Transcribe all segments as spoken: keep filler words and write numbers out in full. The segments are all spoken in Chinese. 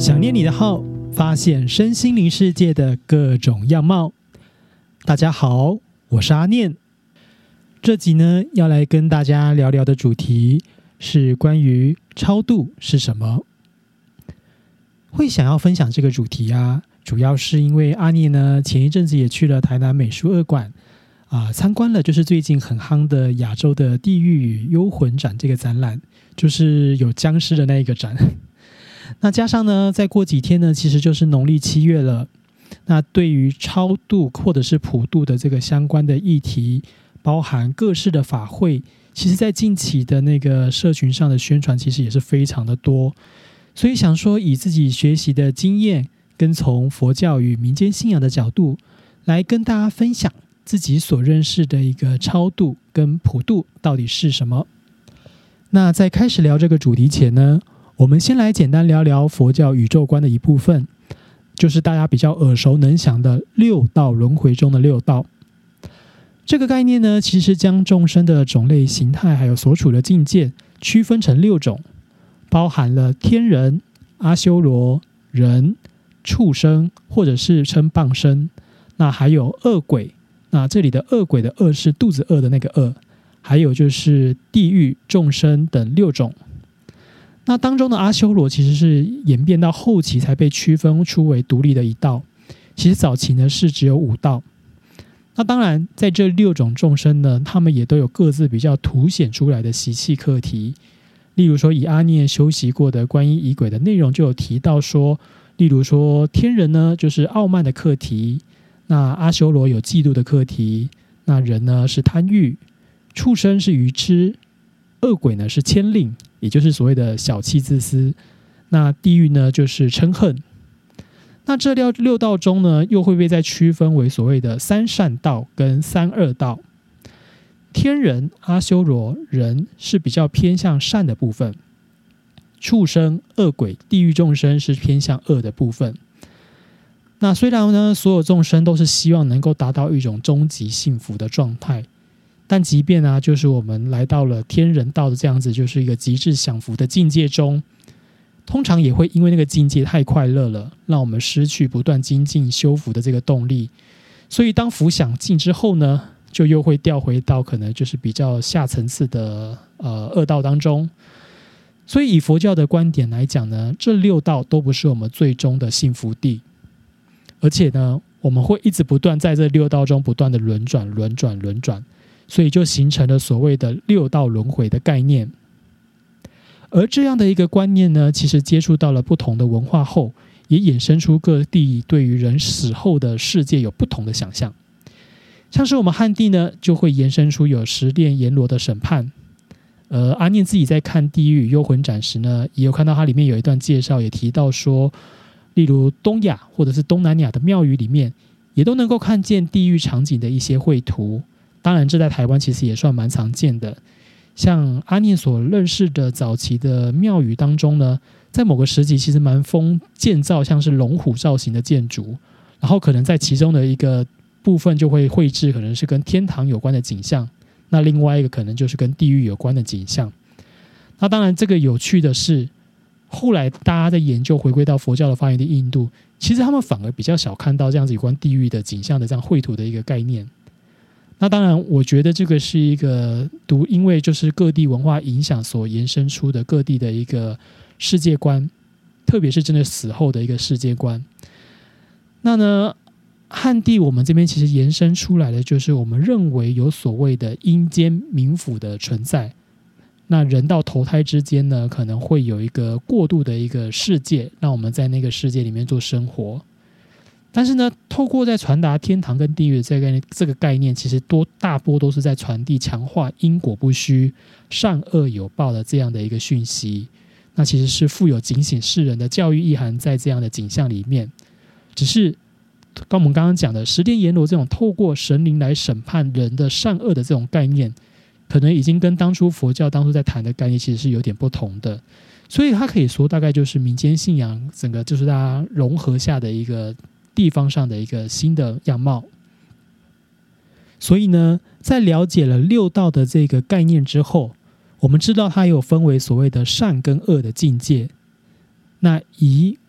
想念你的号，发现身心灵世界的各种样貌。大家好，我是阿念。这集呢，要来跟大家聊聊的主题是关于超度是什么。会想要分享这个主题啊，主要是因为阿念呢，前一阵子也去了台南美术二馆啊、呃，参观了就是最近很夯的亚洲的地狱与幽魂展这个展览，就是有僵尸的那一个展。那加上呢，再过几天呢，其实就是农历七月了。那对于超度或者是普度的这个相关的议题，包含各式的法会，其实在近期的那个社群上的宣传，其实也是非常的多。所以想说，以自己学习的经验，跟从佛教与民间信仰的角度，来跟大家分享自己所认识的一个超度跟普度到底是什么。那在开始聊这个主题前呢，我们先来简单聊聊佛教宇宙观的一部分，就是大家比较耳熟能详的六道轮回中的六道。这个概念呢，其实将众生的种类形态还有所处的境界区分成六种，包含了天人、阿修罗、人、畜生或者是称傍生，那还有恶鬼，那这里的恶鬼的恶是肚子饿的那个饿，还有就是地狱、众生等六种。那当中的阿修罗其实是演变到后期才被区分出为独立的一道，其实早期呢是只有五道。那当然在这六种众生呢，他们也都有各自比较凸显出来的习气课题。例如说以阿念修习过的观音仪轨的内容就有提到说，例如说天人呢就是傲慢的课题，那阿修罗有嫉妒的课题，那人呢是贪欲，畜生是愚痴，恶鬼呢是牵令，也就是所谓的小气自私，那地狱呢就是嗔恨。那这六六道中呢，又会被再区分为所谓的三善道跟三恶道。天人、阿修罗、人是比较偏向善的部分，畜生、恶鬼、地狱众生是偏向恶的部分。那虽然呢，所有众生都是希望能够达到一种终极幸福的状态，但即便啊，就是我们来到了天人道的这样子，就是一个极致享福的境界中，通常也会因为那个境界太快乐了，让我们失去不断精进修福的这个动力。所以当福享尽之后呢，就又会掉回到可能就是比较下层次的呃恶道当中。所以以佛教的观点来讲呢，这六道都不是我们最终的幸福地，而且呢，我们会一直不断在这六道中不断的轮转、轮转、轮转。所以就形成了所谓的六道轮回的概念。而这样的一个观念呢，其实接触到了不同的文化后，也衍生出各地对于人死后的世界有不同的想象。像是我们汉地呢，就会延伸出有十殿阎罗的审判。呃，阿念自己在看《地狱幽魂展》时呢，也有看到它里面有一段介绍，也提到说，例如东亚或者是东南亚的庙宇里面，也都能够看见地狱场景的一些绘图。当然这在台湾其实也算蛮常见的，像阿念所认识的早期的庙宇当中呢，在某个时期其实蛮风建造像是龙虎造型的建筑，然后可能在其中的一个部分就会绘制可能是跟天堂有关的景象，那另外一个可能就是跟地狱有关的景象。那当然这个有趣的是，后来大家在研究回归到佛教的发源地印度，其实他们反而比较少看到这样子有关地狱的景象的这样绘图的一个概念。那当然我觉得这个是一个独因为就是各地文化影响所延伸出的各地的一个世界观，特别是真的死后的一个世界观。那呢汉地我们这边其实延伸出来的就是我们认为有所谓的阴间冥府的存在，那人到投胎之间呢，可能会有一个过渡的一个世界，让我们在那个世界里面做生活。但是呢，透过在传达天堂跟地狱的这个这个概念，其实多大波都是在传递强化因果不虚、善恶有报的这样的一个讯息。那其实是富有警醒世人的教育意涵在这样的景象里面。只是跟我们刚刚讲的十殿阎罗这种透过神灵来审判人的善恶的这种概念，可能已经跟当初佛教当初在谈的概念其实是有点不同的。所以它可以说大概就是民间信仰整个就是大家融合下的一个地方上的一个新的样貌。所以呢，在了解了六道的这个概念之后，我们知道它有分为所谓的善跟恶的境界。那以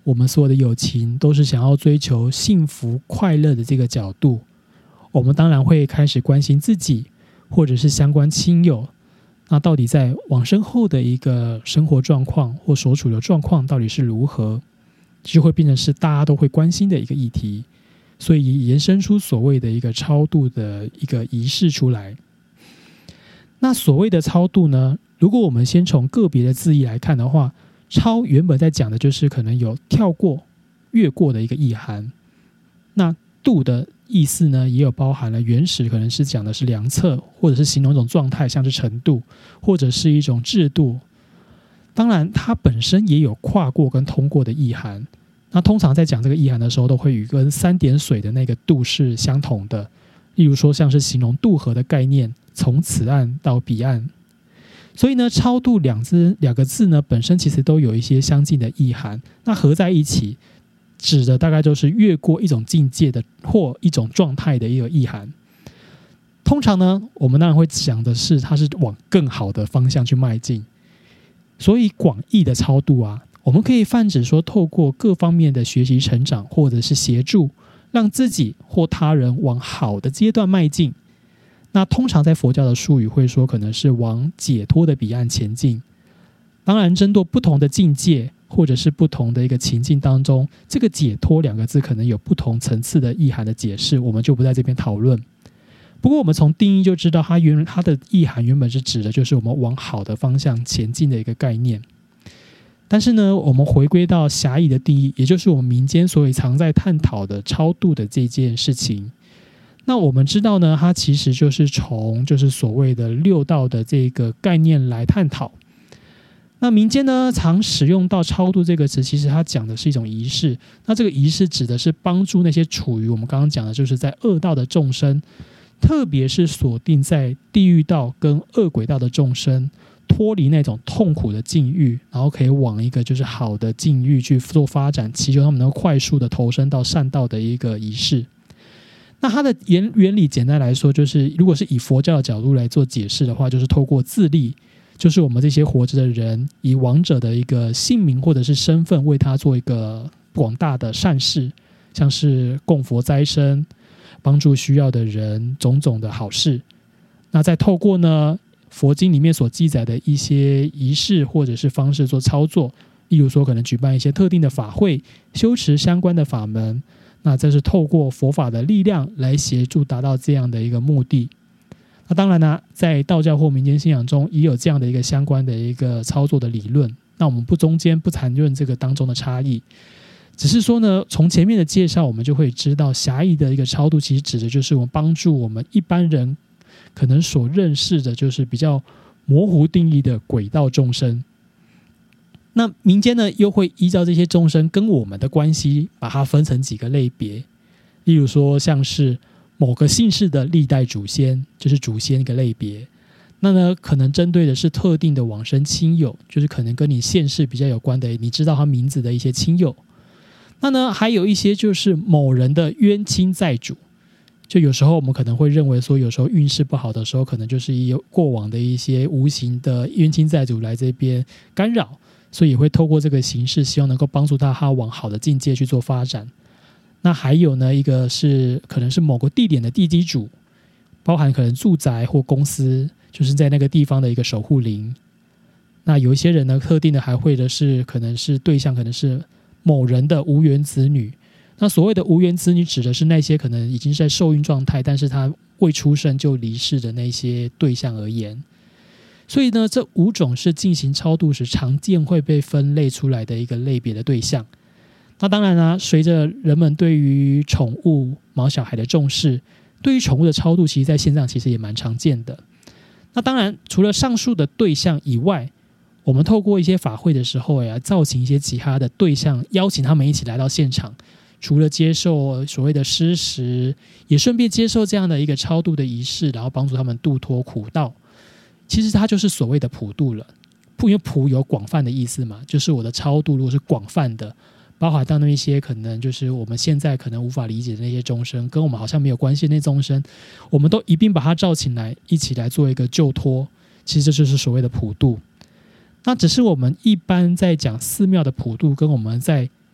我们所有的友情都是想要追求幸福快乐的这个角度，我们当然会开始关心自己或者是相关亲友，那到底在往生后的一个生活状况或所处的状况到底是如何，就会变成是大家都会关心的一个议题，所以延伸出所谓的一个超度的一个仪式出来。那所谓的超度呢，如果我们先从个别的字义来看的话，超原本在讲的就是可能有跳过越过的一个意涵，那度的意思呢也有包含了原始可能是讲的是量测，或者是形容一种状态，像是程度或者是一种制度，当然它本身也有跨过跟通过的意涵。那通常在讲这个意涵的时候，都会与跟三点水的那个度是相同的，例如说像是形容渡河的概念，从此岸到彼岸。所以呢，超度两字两个字呢，本身其实都有一些相近的意涵，那合在一起指的大概就是越过一种境界的或一种状态的一个意涵。通常呢，我们当然会讲的是它是往更好的方向去迈进。所以广义的超度啊，我们可以泛指说透过各方面的学习成长或者是协助，让自己或他人往好的阶段迈进。那通常在佛教的术语会说可能是往解脱的彼岸前进。当然针对不同的境界或者是不同的一个情境当中，这个解脱两个字可能有不同层次的意涵的解释，我们就不在这边讨论。不过我们从定义就知道它原它的意涵原本是指的就是我们往好的方向前进的一个概念。但是呢，我们回归到狭义的定义，也就是我们民间所以常在探讨的超度的这件事情。那我们知道呢，它其实就是从就是所谓的六道的这个概念来探讨。那民间呢常使用到超度这个词，其实它讲的是一种仪式。那这个仪式指的是帮助那些处于我们刚刚讲的就是在恶道的众生，特别是锁定在地狱道跟恶鬼道的众生，脱离那种痛苦的境遇，然后可以往一个就是好的境遇去做发展，祈求他们能够快速的投身到善道的一个仪式。那它的原原理简单来说，就是如果是以佛教的角度来做解释的话，就是透过自利，就是我们这些活着的人以亡者的一个姓名或者是身份为他做一个广大的善事，像是供佛斋僧，帮助需要的人，种种的好事。那再透过呢佛经里面所记载的一些仪式或者是方式做操作，例如说可能举办一些特定的法会，修持相关的法门，那这是透过佛法的力量来协助达到这样的一个目的。那当然呢，在道教或民间信仰中也有这样的一个相关的一个操作的理论。那我们不中间不谈论这个当中的差异，只是说呢，从前面的介绍我们就会知道，狭义的一个超度其实指的就是我们帮助我们一般人可能所认识的就是比较模糊定义的鬼道众生。那民间呢又会依照这些众生跟我们的关系，把它分成几个类别。例如说像是某个姓氏的历代祖先，就是祖先一个类别。那呢可能针对的是特定的往生亲友，就是可能跟你现世比较有关的，你知道他名字的一些亲友。那呢还有一些就是某人的冤亲债主，就有时候我们可能会认为说，有时候运势不好的时候，可能就是有过往的一些无形的冤亲债主来这边干扰，所以也会透过这个形式，希望能够帮助他他往好的境界去做发展。那还有呢，一个是可能是某个地点的地基主，包含可能住宅或公司，就是在那个地方的一个守护灵。那有一些人呢，特定的还会的是可能是对象可能是某人的无缘子女。那所谓的无缘子女指的是那些可能已经是在受孕状态，但是他未出生就离世的那些对象而言。所以呢，这五种是进行超度时常见会被分类出来的一个类别的对象。那当然啊，随着人们对于宠物毛小孩的重视，对于宠物的超度其实在线上其实也蛮常见的。那当然除了上述的对象以外，我们透过一些法会的时候呀，造请一些其他的对象，邀请他们一起来到现场，除了接受所谓的施食，也顺便接受这样的一个超度的仪式，然后帮助他们度脱苦道。其实它就是所谓的普度了。因为普有广泛的意思嘛，就是我的超度如果是广泛的，包含到那些可能就是我们现在可能无法理解的那些众生，跟我们好像没有关系的那众生，我们都一并把它召请来，一起来做一个救脱。其实这就是所谓的普度。那只是我们一般在讲寺庙的普度，跟我们在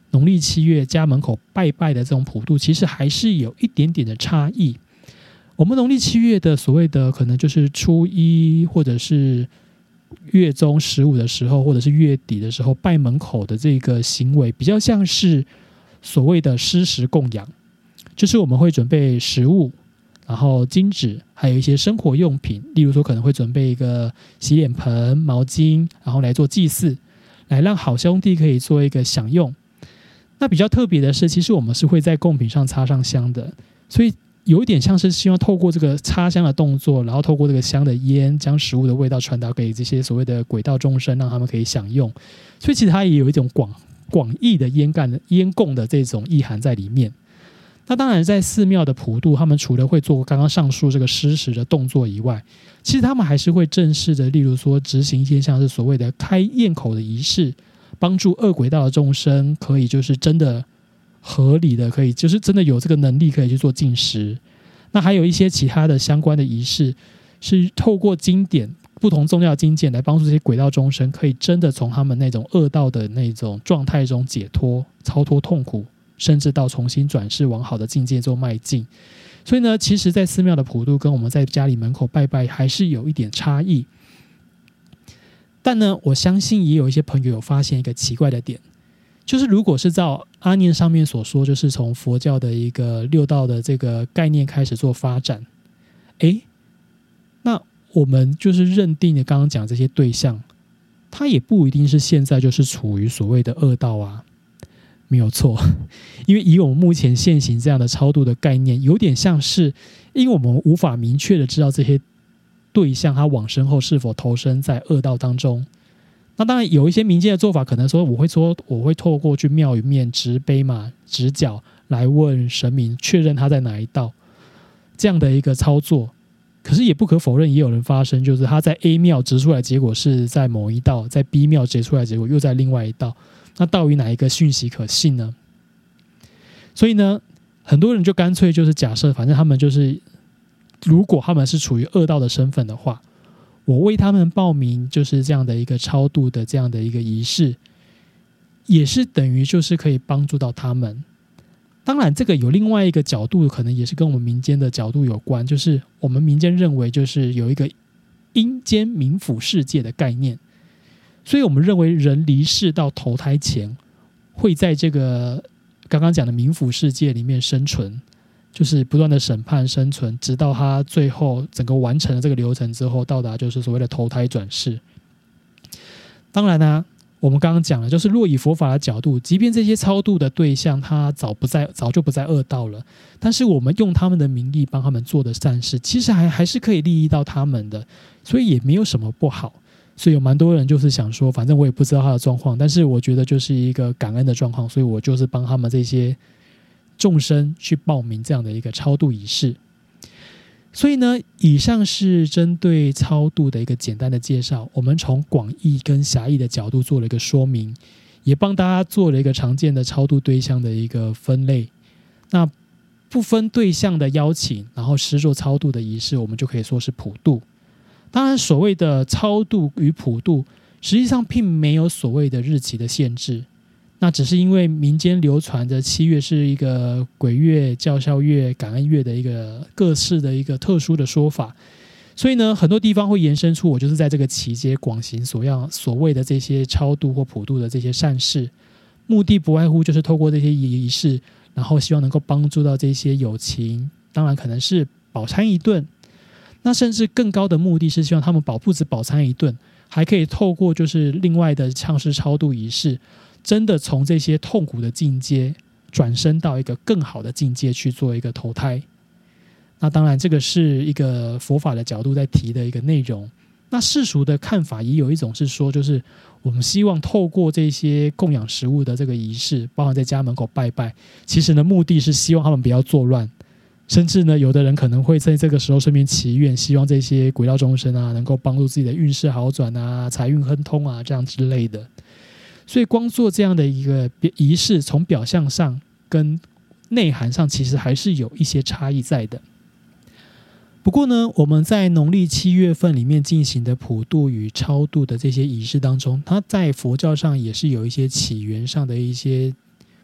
农历七月家门口拜拜的这种普渡，其实还是有一点点的差异。我们农历七月的所谓的可能就是初一或者是月中十五的时候，或者是月底的时候拜门口的这个行为，比较像是所谓的施食供养，就是我们会准备食物，然后金纸，还有一些生活用品，例如说可能会准备一个洗脸盆、毛巾，然后来做祭祀，来让好兄弟可以做一个享用。那比较特别的是，其实我们是会在贡品上插上香的，所以有一点像是希望透过这个插香的动作，然后透过这个香的烟，将食物的味道传达给这些所谓的鬼道众生，让他们可以享用。所以其实它也有一种广广义的烟干的烟供的这种意涵在里面。那当然，在寺庙的普渡，他们除了会做刚刚上述这个施食的动作以外，其实他们还是会正式的，例如说执行一些像是所谓的开咽口的仪式，帮助恶鬼道的众生可以就是真的合理的，可以就是真的有这个能力可以去做进食。那还有一些其他的相关的仪式，是透过经典不同宗教经典来帮助这些鬼道众生，可以真的从他们那种恶道的那种状态中解脱、超脱痛苦，甚至到重新转世往好的境界做迈进。所以呢，其实在寺庙的普渡跟我们在家里门口拜拜还是有一点差异。但呢，我相信也有一些朋友有发现一个奇怪的点，就是如果是照阿念上面所说，就是从佛教的一个六道的这个概念开始做发展，诶，那我们就是认定的刚刚讲这些对象，他也不一定是现在就是处于所谓的恶道啊。没有错，因为以我们目前现行这样的超度的概念，有点像是因为我们无法明确的知道这些对象他往生后是否投身在恶道当中。那当然有一些民间的做法，可能说我会说我会透过去庙宇面执碑嘛、执脚来问神明确认他在哪一道这样的一个操作。可是也不可否认，也有人发生就是他在 A 庙执出来结果是在某一道，在 B 庙执出来结果又在另外一道，那到底哪一个讯息可信呢？所以呢，很多人就干脆就是假设，反正他们就是如果他们是处于恶道的身份的话，我为他们报名就是这样的一个超度的这样的一个仪式，也是等于就是可以帮助到他们。当然这个有另外一个角度，可能也是跟我们民间的角度有关，就是我们民间认为就是有一个阴间冥府世界的概念，所以我们认为人离世到投胎前会在这个刚刚讲的冥府世界里面生存，就是不断的审判生存，直到他最后整个完成了这个流程之后，到达就是所谓的投胎转世。当然呢、啊，我们刚刚讲了，就是若以佛法的角度，即便这些超度的对象他早不在早就不在恶道了，但是我们用他们的名义帮他们做的善事，其实还还是可以利益到他们的，所以也没有什么不好。所以有蛮多人就是想说，反正我也不知道他的状况，但是我觉得就是一个感恩的状况，所以我就是帮他们这些众生去报名这样的一个超度仪式。所以呢，以上是针对超度的一个简单的介绍，我们从广义跟狭义的角度做了一个说明，也帮大家做了一个常见的超度对象的一个分类。那不分对象的邀请，然后施作超度的仪式，我们就可以说是普渡。当然所谓的超度与普渡实际上并没有所谓的日期的限制，那只是因为民间流传的七月是一个鬼月、教孝月、感恩月的一个各式的一个特殊的说法，所以呢，很多地方会延伸出我就是在这个期间广行所样所谓的这些超度或普渡的这些善事，目的不外乎就是透过这些仪式，然后希望能够帮助到这些有情，当然可能是饱餐一顿，那甚至更高的目的是希望他们饱不止饱餐一顿，还可以透过就是另外的像是超度仪式，真的从这些痛苦的境界转身到一个更好的境界去做一个投胎。那当然这个是一个佛法的角度在提的一个内容。那世俗的看法也有一种是说，就是我们希望透过这些供养食物的这个仪式，包含在家门口拜拜，其实呢目的是希望他们不要作乱，甚至呢有的人可能会在这个时候顺便祈愿，希望这些鬼道众生啊能够帮助自己的运势好转啊、财运亨通啊这样之类的。所以光做这样的一个仪式，从表象上跟内涵上其实还是有一些差异在的。不过呢，我们在农历七月份里面进行的普渡与超度的这些仪式当中，它在佛教上也是有一些起源上的一些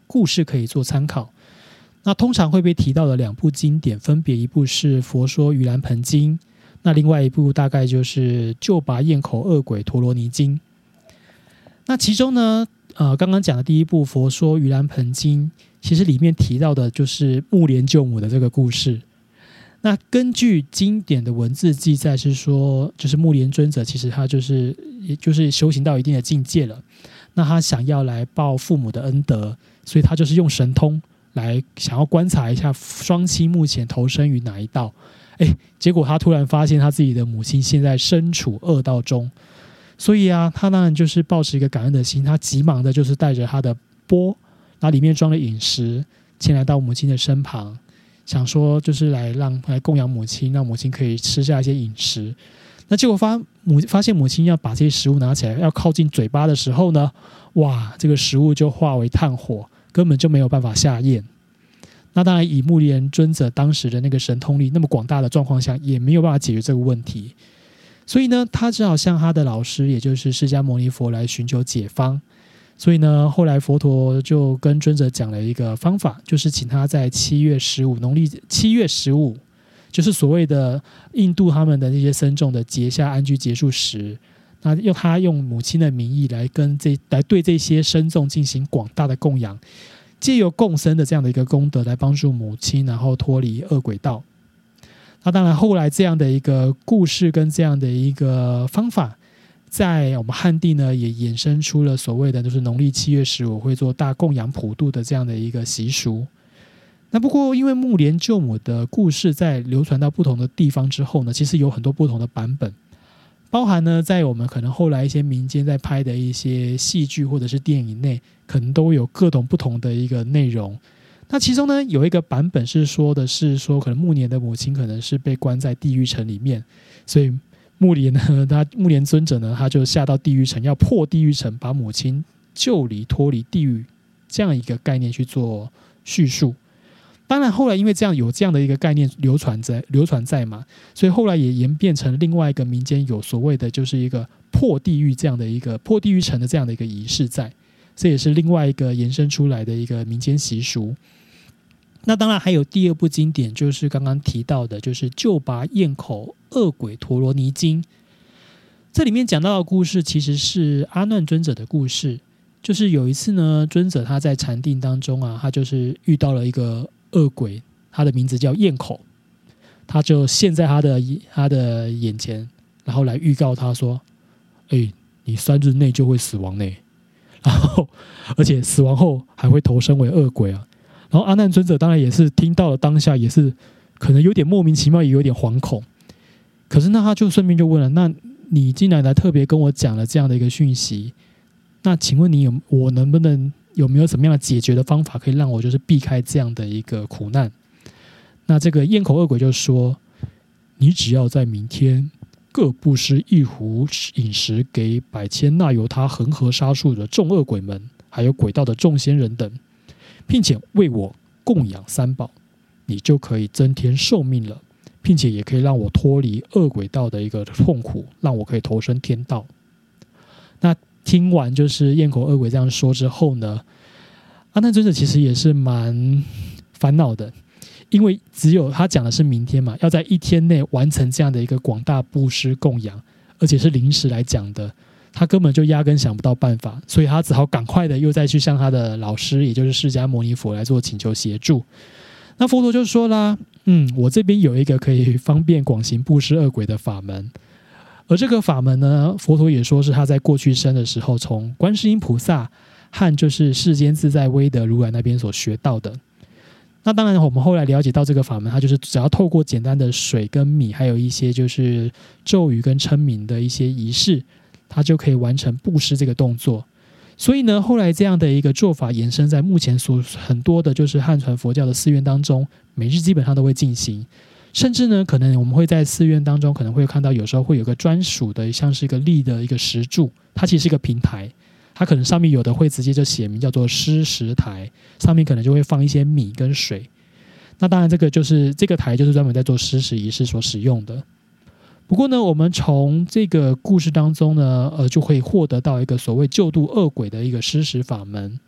故事可以做参考。那通常会被提到的两部经典，分别一部是《佛说盂兰盆经》，那另外一部大概就是《救拔咽口恶鬼陀罗尼经》。那其中呢，呃，刚刚讲的第一部《佛说盂兰盆经》，其实里面提到的就是目连救母的这个故事。那根据经典的文字记载是说，就是目连尊者其实他就是也就是修行到一定的境界了，那他想要来报父母的恩德，所以他就是用神通来想要观察一下双亲目前投身于哪一道。哎，结果他突然发现他自己的母亲现在身处恶道中，所以啊，他当然就是抱持一个感恩的心，他急忙的就是带着他的钵，然后里面装了饮食，前来到母亲的身旁，想说就是来让来供养母亲，让母亲可以吃下一些饮食。那结果发母发现母亲要把这些食物拿起来要靠近嘴巴的时候呢，哇，这个食物就化为炭火，根本就没有办法下咽。那当然以目连尊者当时的那个神通力那么广大的状况下，也没有办法解决这个问题，所以呢，他只好向他的老师，也就是释迦牟尼佛来寻求解方。所以呢，后来佛陀就跟尊者讲了一个方法，就是请他在七月十五农历七月十五，就是所谓的印度他们的那些僧众的节下安居结束时，那用他用母亲的名义来跟这来对这些僧众进行广大的供养，借由共生的这样的一个功德来帮助母亲，然后脱离恶鬼道。那当然，后来这样的一个故事跟这样的一个方法，在我们汉地呢，也衍生出了所谓的就是农历七月十五会做大供养普渡的这样的一个习俗。那不过，因为目连救母的故事在流传到不同的地方之后呢，其实有很多不同的版本，包含呢，在我们可能后来一些民间在拍的一些戏剧或者是电影内，可能都有各种不同的一个内容。那其中呢，有一个版本是说的是说，可能目连的母亲可能是被关在地狱城里面，所以目连呢，他目连尊者呢，他就下到地狱城，要破地狱城，把母亲救离脱离地狱这样一个概念去做叙述。当然，后来因为这样有这样的一个概念流传在流传在嘛，所以后来也演变成另外一个民间有所谓的就是一个破地狱这样的一个破地狱城的这样的一个仪式在，这也是另外一个延伸出来的一个民间习俗。那当然还有第二部经典，就是刚刚提到的，就是《救拔咽口恶鬼陀罗尼经》。这里面讲到的故事其实是阿难尊者的故事，就是有一次呢，尊者他在禅定当中啊，他就是遇到了一个恶鬼，他的名字叫咽口，他就现在他的他的眼前，然后来预告他说：“哎，你三日内就会死亡呢，然后而且死亡后还会投身为恶鬼啊。”然后阿难尊者当然也是听到了当下，也是可能有点莫名其妙，也有点惶恐。可是那他就顺便就问了：“那你既然来特别跟我讲了这样的一个讯息，那请问你有我能不能有没有什么样的解决的方法，可以让我就是避开这样的一个苦难？”那这个咽口恶鬼就说：“你只要在明天各布施一壶饮食给百千那由他恒河沙数的众恶鬼们，还有鬼道的众仙人等，并且为我供养三宝，你就可以增添寿命了，并且也可以让我脱离恶鬼道的一个痛苦，让我可以投身天道。”那听完就是咽口恶鬼这样说之后呢，阿难尊者其实也是蛮烦恼的，因为只有他讲的是明天嘛，要在一天内完成这样的一个广大布施供养，而且是临时来讲的，他根本就压根想不到办法，所以他只好赶快的又再去向他的老师，也就是释迦牟尼佛来做请求协助。那佛陀就说啦：“嗯，我这边有一个可以方便广行布施恶鬼的法门。”而这个法门呢，佛陀也说是他在过去生的时候，从观世音菩萨和就是世间自在威德如来那边所学到的。那当然，我们后来了解到这个法门，它就是只要透过简单的水跟米，还有一些就是咒语跟称名的一些仪式，它就可以完成布施这个动作。所以呢，后来这样的一个做法延伸在目前所很多的就是汉传佛教的寺院当中，每日基本上都会进行。甚至呢，可能我们会在寺院当中可能会看到，有时候会有个专属的，像是一个立的一个石柱，它其实是一个平台，它可能上面有的会直接就写明叫做施食台，上面可能就会放一些米跟水。那当然，这个就是这个台就是专门在做施食仪式所使用的。不过呢，我们从这个故事当中呢，呃，就可以获得到一个所谓救度恶鬼的一个施食法门。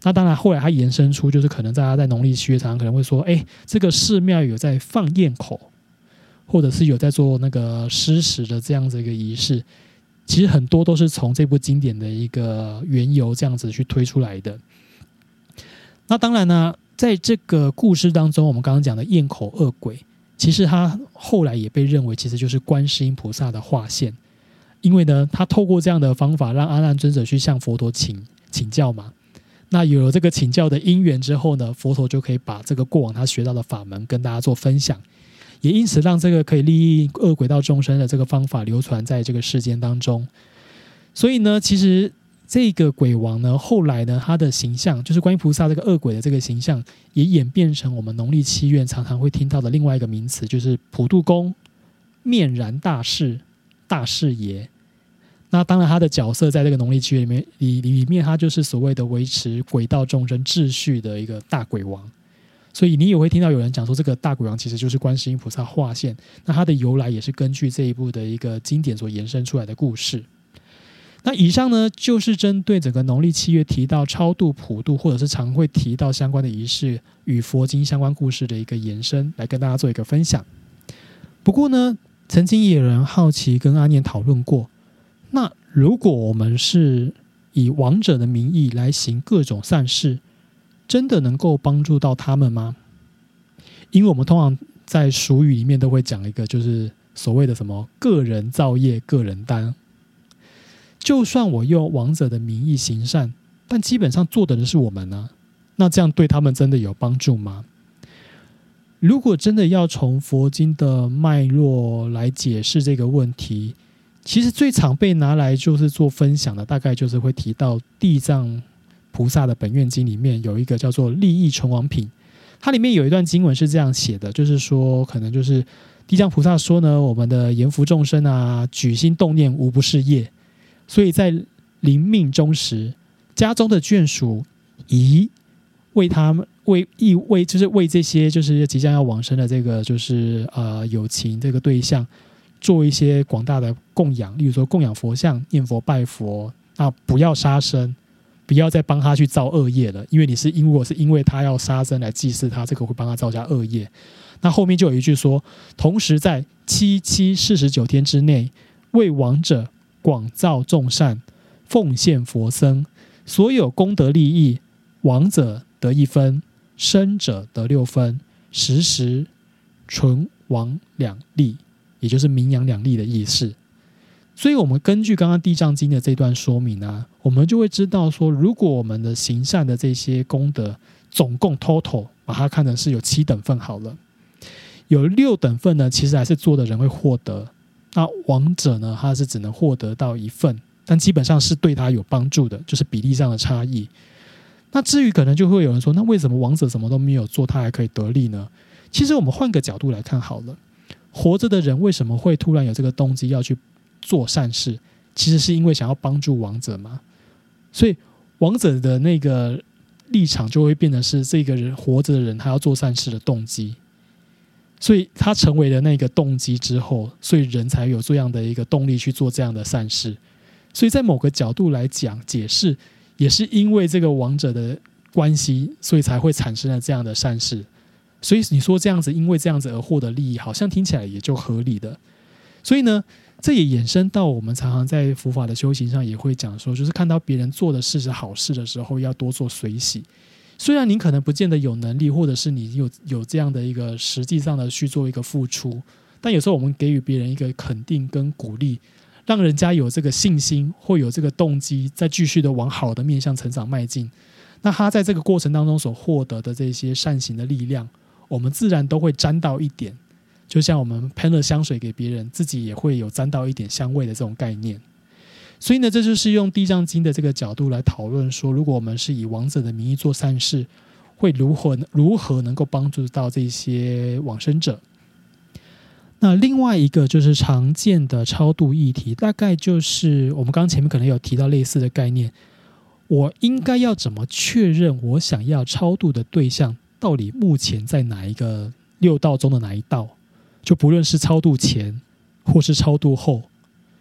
那当然后来他延伸出就是可能大家在农历七月常常可能会说，哎，这个寺庙有在放焰口，或者是有在做那个施食的这样子一个仪式，其实很多都是从这部经典的一个缘由这样子去推出来的。那当然呢，在这个故事当中，我们刚刚讲的焰口恶鬼，其实他后来也被认为其实就是观世音菩萨的化现，因为呢，他透过这样的方法让阿难尊者去向佛陀请请教嘛。那有了这个请教的因缘之后呢，佛陀就可以把这个过往他学到的法门跟大家做分享，也因此让这个可以利益恶鬼道众生的这个方法流传在这个世间当中。所以呢，其实这个鬼王呢，后来呢，他的形象就是观音菩萨这个恶鬼的这个形象，也演变成我们农历七月常常会听到的另外一个名词，就是普度公、面然大士、大士爷。那当然，他的角色在这个农历七月里面，里里面他就是所谓的维持鬼道众生秩序的一个大鬼王。所以你也会听到有人讲说，这个大鬼王其实就是观世音菩萨化现。那它的由来也是根据这一部的一个经典所延伸出来的故事。那以上呢，就是针对整个农历七月提到超度、普度，或者是常会提到相关的仪式与佛经相关故事的一个延伸，来跟大家做一个分享。不过呢，曾经也有人好奇跟阿念讨论过，那如果我们是以亡者的名义来行各种善事，真的能够帮助到他们吗？因为我们通常在俗语里面都会讲一个，就是所谓的什么个人造业个人担。就算我用亡者的名义行善，但基本上做的人是我们啊，那这样对他们真的有帮助吗？如果真的要从佛经的脉络来解释这个问题，其实最常被拿来就是做分享的，大概就是会提到地藏菩萨的本愿经里面有一个叫做利益存亡品，它里面有一段经文是这样写的，就是说可能就是地藏菩萨说呢，我们的阎浮众生啊，举心动念无不是业，所以在临命终时，家中的眷属宜为他们为意为就是为这些就是即将要往生的这个就是呃有情这个对象做一些广大的供养，例如说供养佛像、念佛拜佛，那不要杀生，不要再帮他去造恶业了，因为你是因为我是因为他要杀生来祭祀他，这个会帮他造下恶业。那后面就有一句说，同时在七七四十九天之内，为亡者广造众善，奉献佛僧，所有功德利益，亡者得一分，生者得六分，时时存亡两利，也就是名扬两利的意思。所以我们根据刚刚地藏经的这段说明啊，我们就会知道说，如果我们的行善的这些功德总共 total 把它看成是有七等份好了，有六等份呢，其实还是做的人会获得，那亡者呢，他是只能获得到一份，但基本上是对他有帮助的，就是比例上的差异。那至于可能就会有人说，那为什么亡者什么都没有做，他还可以得利呢？其实我们换个角度来看好了，活着的人为什么会突然有这个动机要去做善事？其实是因为想要帮助亡者嘛。所以亡者的那个立场就会变成是这个人活着的人他要做善事的动机。所以他成为了那个动机之后，所以人才有这样的一个动力去做这样的善事。所以在某个角度来讲解释，也是因为这个亡者的关系，所以才会产生了这样的善事。所以你说这样子因为这样子而获得利益，好像听起来也就合理的。所以呢，这也衍生到我们常常在佛法的修行上也会讲说，就是看到别人做的事是好事的时候，要多做随喜。虽然你可能不见得有能力，或者是你有有这样的一个实际上的去做一个付出，但有时候我们给予别人一个肯定跟鼓励，让人家有这个信心或有这个动机，再继续的往好的面向成长迈进。那他在这个过程当中所获得的这些善行的力量，我们自然都会沾到一点，就像我们喷了香水给别人，自己也会有沾到一点香味的这种概念。所以呢，这就是用地藏经的这个角度来讨论说，如果我们是以亡者的名义做善事，会如何如何能够帮助到这些往生者。那另外一个就是常见的超度议题，大概就是我们刚刚前面可能有提到类似的概念，我应该要怎么确认我想要超度的对象到底目前在哪一个六道中的哪一道，就不论是超度前或是超度后。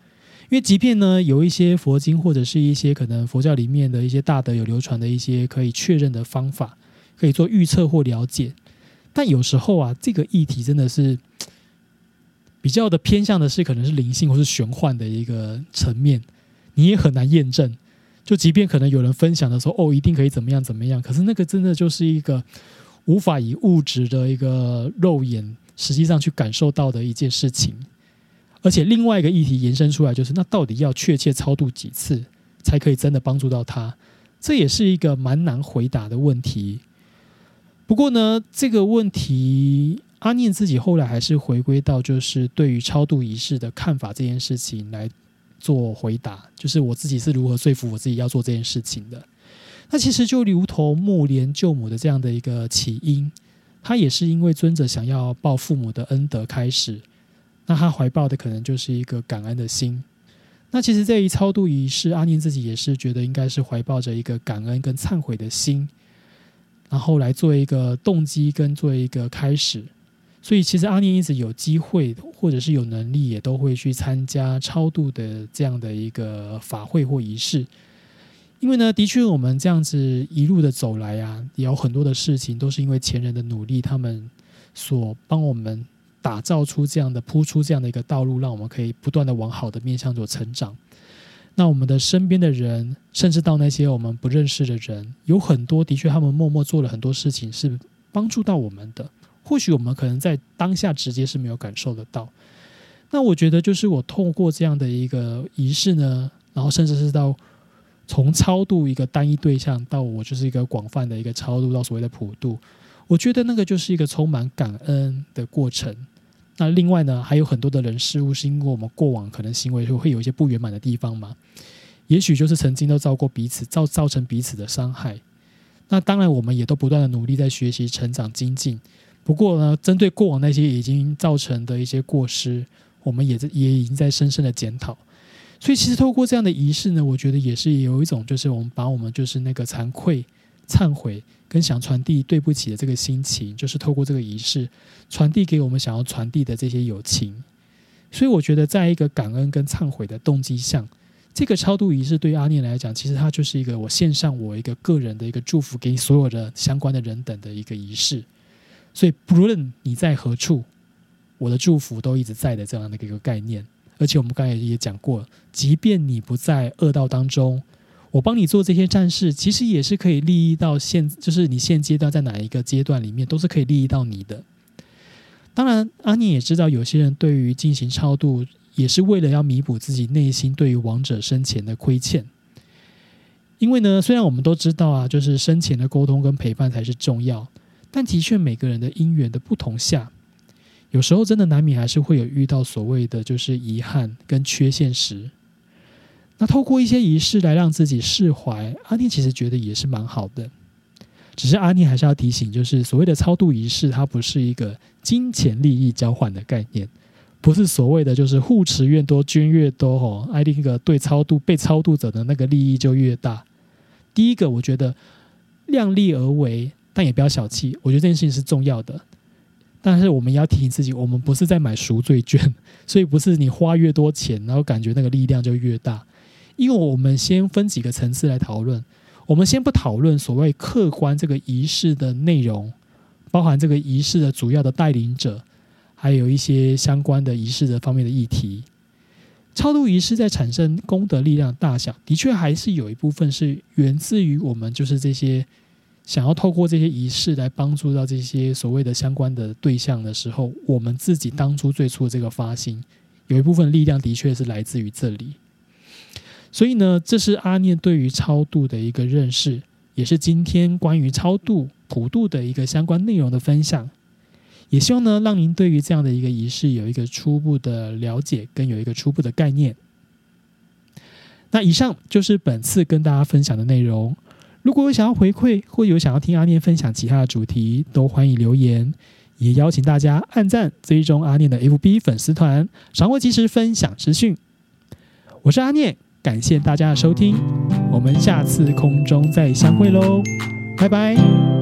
因为即便呢有一些佛经或者是一些可能佛教里面的一些大德有流传的一些可以确认的方法，可以做预测或了解，但有时候啊这个议题真的是比较的偏向的是可能是灵性或是玄幻的一个层面，你也很难验证。就即便可能有人分享的时候，哦，一定可以怎么样怎么样，可是那个真的就是一个无法以物质的一个肉眼实际上去感受到的一件事情。而且另外一个议题延伸出来就是，那到底要确切超度几次才可以真的帮助到他？这也是一个蛮难回答的问题。不过呢，这个问题阿念自己后来还是回归到就是对于超度仪式的看法这件事情来做回答，就是我自己是如何说服我自己要做这件事情的。那其实就如同目连救母的这样的一个起因，他也是因为尊者想要报父母的恩德开始，那他怀抱的可能就是一个感恩的心。那其实这一超度仪式，阿念自己也是觉得应该是怀抱着一个感恩跟忏悔的心，然后来做一个动机跟做一个开始。所以其实阿念一直有机会或者是有能力，也都会去参加超度的这样的一个法会或仪式。因为呢，的确我们这样子一路的走来啊，也有很多的事情都是因为前人的努力，他们所帮我们打造出这样的铺出这样的一个道路，让我们可以不断的往好的面向所成长。那我们的身边的人，甚至到那些我们不认识的人，有很多的确他们默默做了很多事情是帮助到我们的，或许我们可能在当下直接是没有感受得到。那我觉得就是我透过这样的一个仪式呢，然后甚至是到从超度一个单一对象到我就是一个广泛的一个超度到所谓的普度，我觉得那个就是一个充满感恩的过程。那另外呢，还有很多的人事物是因为我们过往可能行为会有一些不圆满的地方嘛，也许就是曾经都造过彼此造造成彼此的伤害。那当然我们也都不断的努力在学习成长精进，不过呢，针对过往那些已经造成的一些过失，我们也也已经在深深的检讨。所以其实透过这样的仪式呢，我觉得也是有一种就是我们把我们就是那个惭愧忏悔跟想传递对不起的这个心情，就是透过这个仪式传递给我们想要传递的这些友情。所以我觉得在一个感恩跟忏悔的动机上，这个超度仪式对于阿念来讲，其实它就是一个我献上我一个个人的一个祝福给所有的相关的人等的一个仪式。所以不论你在何处，我的祝福都一直在的这样的一个概念。而且我们刚才也讲过，即便你不在恶道当中，我帮你做这些善事，其实也是可以利益到现，就是你现阶段在哪一个阶段里面，都是可以利益到你的。当然，阿念也知道，有些人对于进行超度，也是为了要弥补自己内心对于亡者生前的亏欠。因为呢，虽然我们都知道啊，就是生前的沟通跟陪伴才是重要，但的确每个人的因缘的不同下，有时候真的难免还是会有遇到所谓的就是遗憾跟缺陷时，那透过一些仪式来让自己释怀，阿念其实觉得也是蛮好的。只是阿念还是要提醒，就是所谓的超度仪式，它不是一个金钱利益交换的概念，不是所谓的就是护持越多捐越多哦，爱那个对超度被超度者的那个利益就越大。第一个，我觉得量力而为，但也不要小气，我觉得这件事情是重要的。但是我们也要提醒自己，我们不是在买赎罪券，所以不是你花越多钱，然后感觉那个力量就越大。因为我们先分几个层次来讨论，我们先不讨论所谓客观这个仪式的内容，包含这个仪式的主要的带领者，还有一些相关的仪式的方面的议题。超度仪式在产生功德力量大小，的确还是有一部分是源自于我们就是这些想要透过这些仪式来帮助到这些所谓的相关的对象的时候，我们自己当初最初的这个发心，有一部分力量的确是来自于这里。所以呢，这是阿念对于超度的一个认识，也是今天关于超度普度的一个相关内容的分享。也希望呢，让您对于这样的一个仪式有一个初步的了解，跟有一个初步的概念。那以上就是本次跟大家分享的内容。如果有想要回馈，或有想要听阿念分享其他的主题，都欢迎留言。也邀请大家按赞、追踪阿念的 F B 粉丝团，掌握即时分享资讯。我是阿念，感谢大家的收听，我们下次空中再相会喽，拜拜。